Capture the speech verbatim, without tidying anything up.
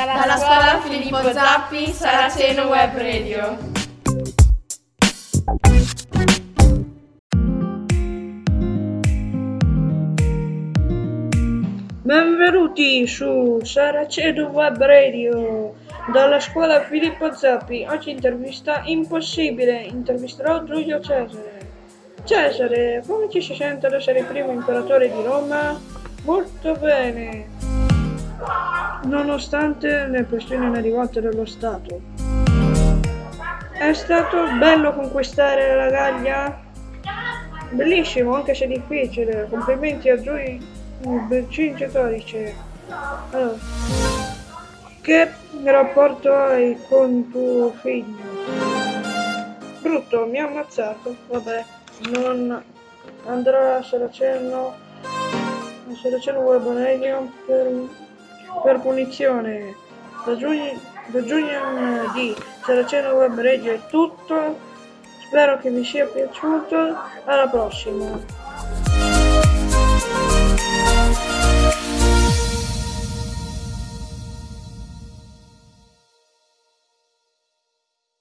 dalla scuola Filippo Zappi, Saraceno Web Radio. Benvenuti su Saraceno Web Radio dalla scuola Filippo Zappi. Oggi intervista impossibile, intervisterò Giulio Cesare. Cesare, come ci si sente ad essere il primo imperatore di Roma? Molto bene, nonostante le questioni e le rivolte dello Stato. È stato bello conquistare la Gallia? Bellissimo, anche se difficile. Complimenti a Giulio Vercingetorix. Allora, che rapporto hai con tuo figlio? Brutto, mi ha ammazzato. Vabbè, non andrò a Saraceno a Saraceno Web Radio per, per punizione. Da Giugno, da Giugno di Saraceno Web Radio è tutto. Spero che vi sia piaciuto. Alla prossima.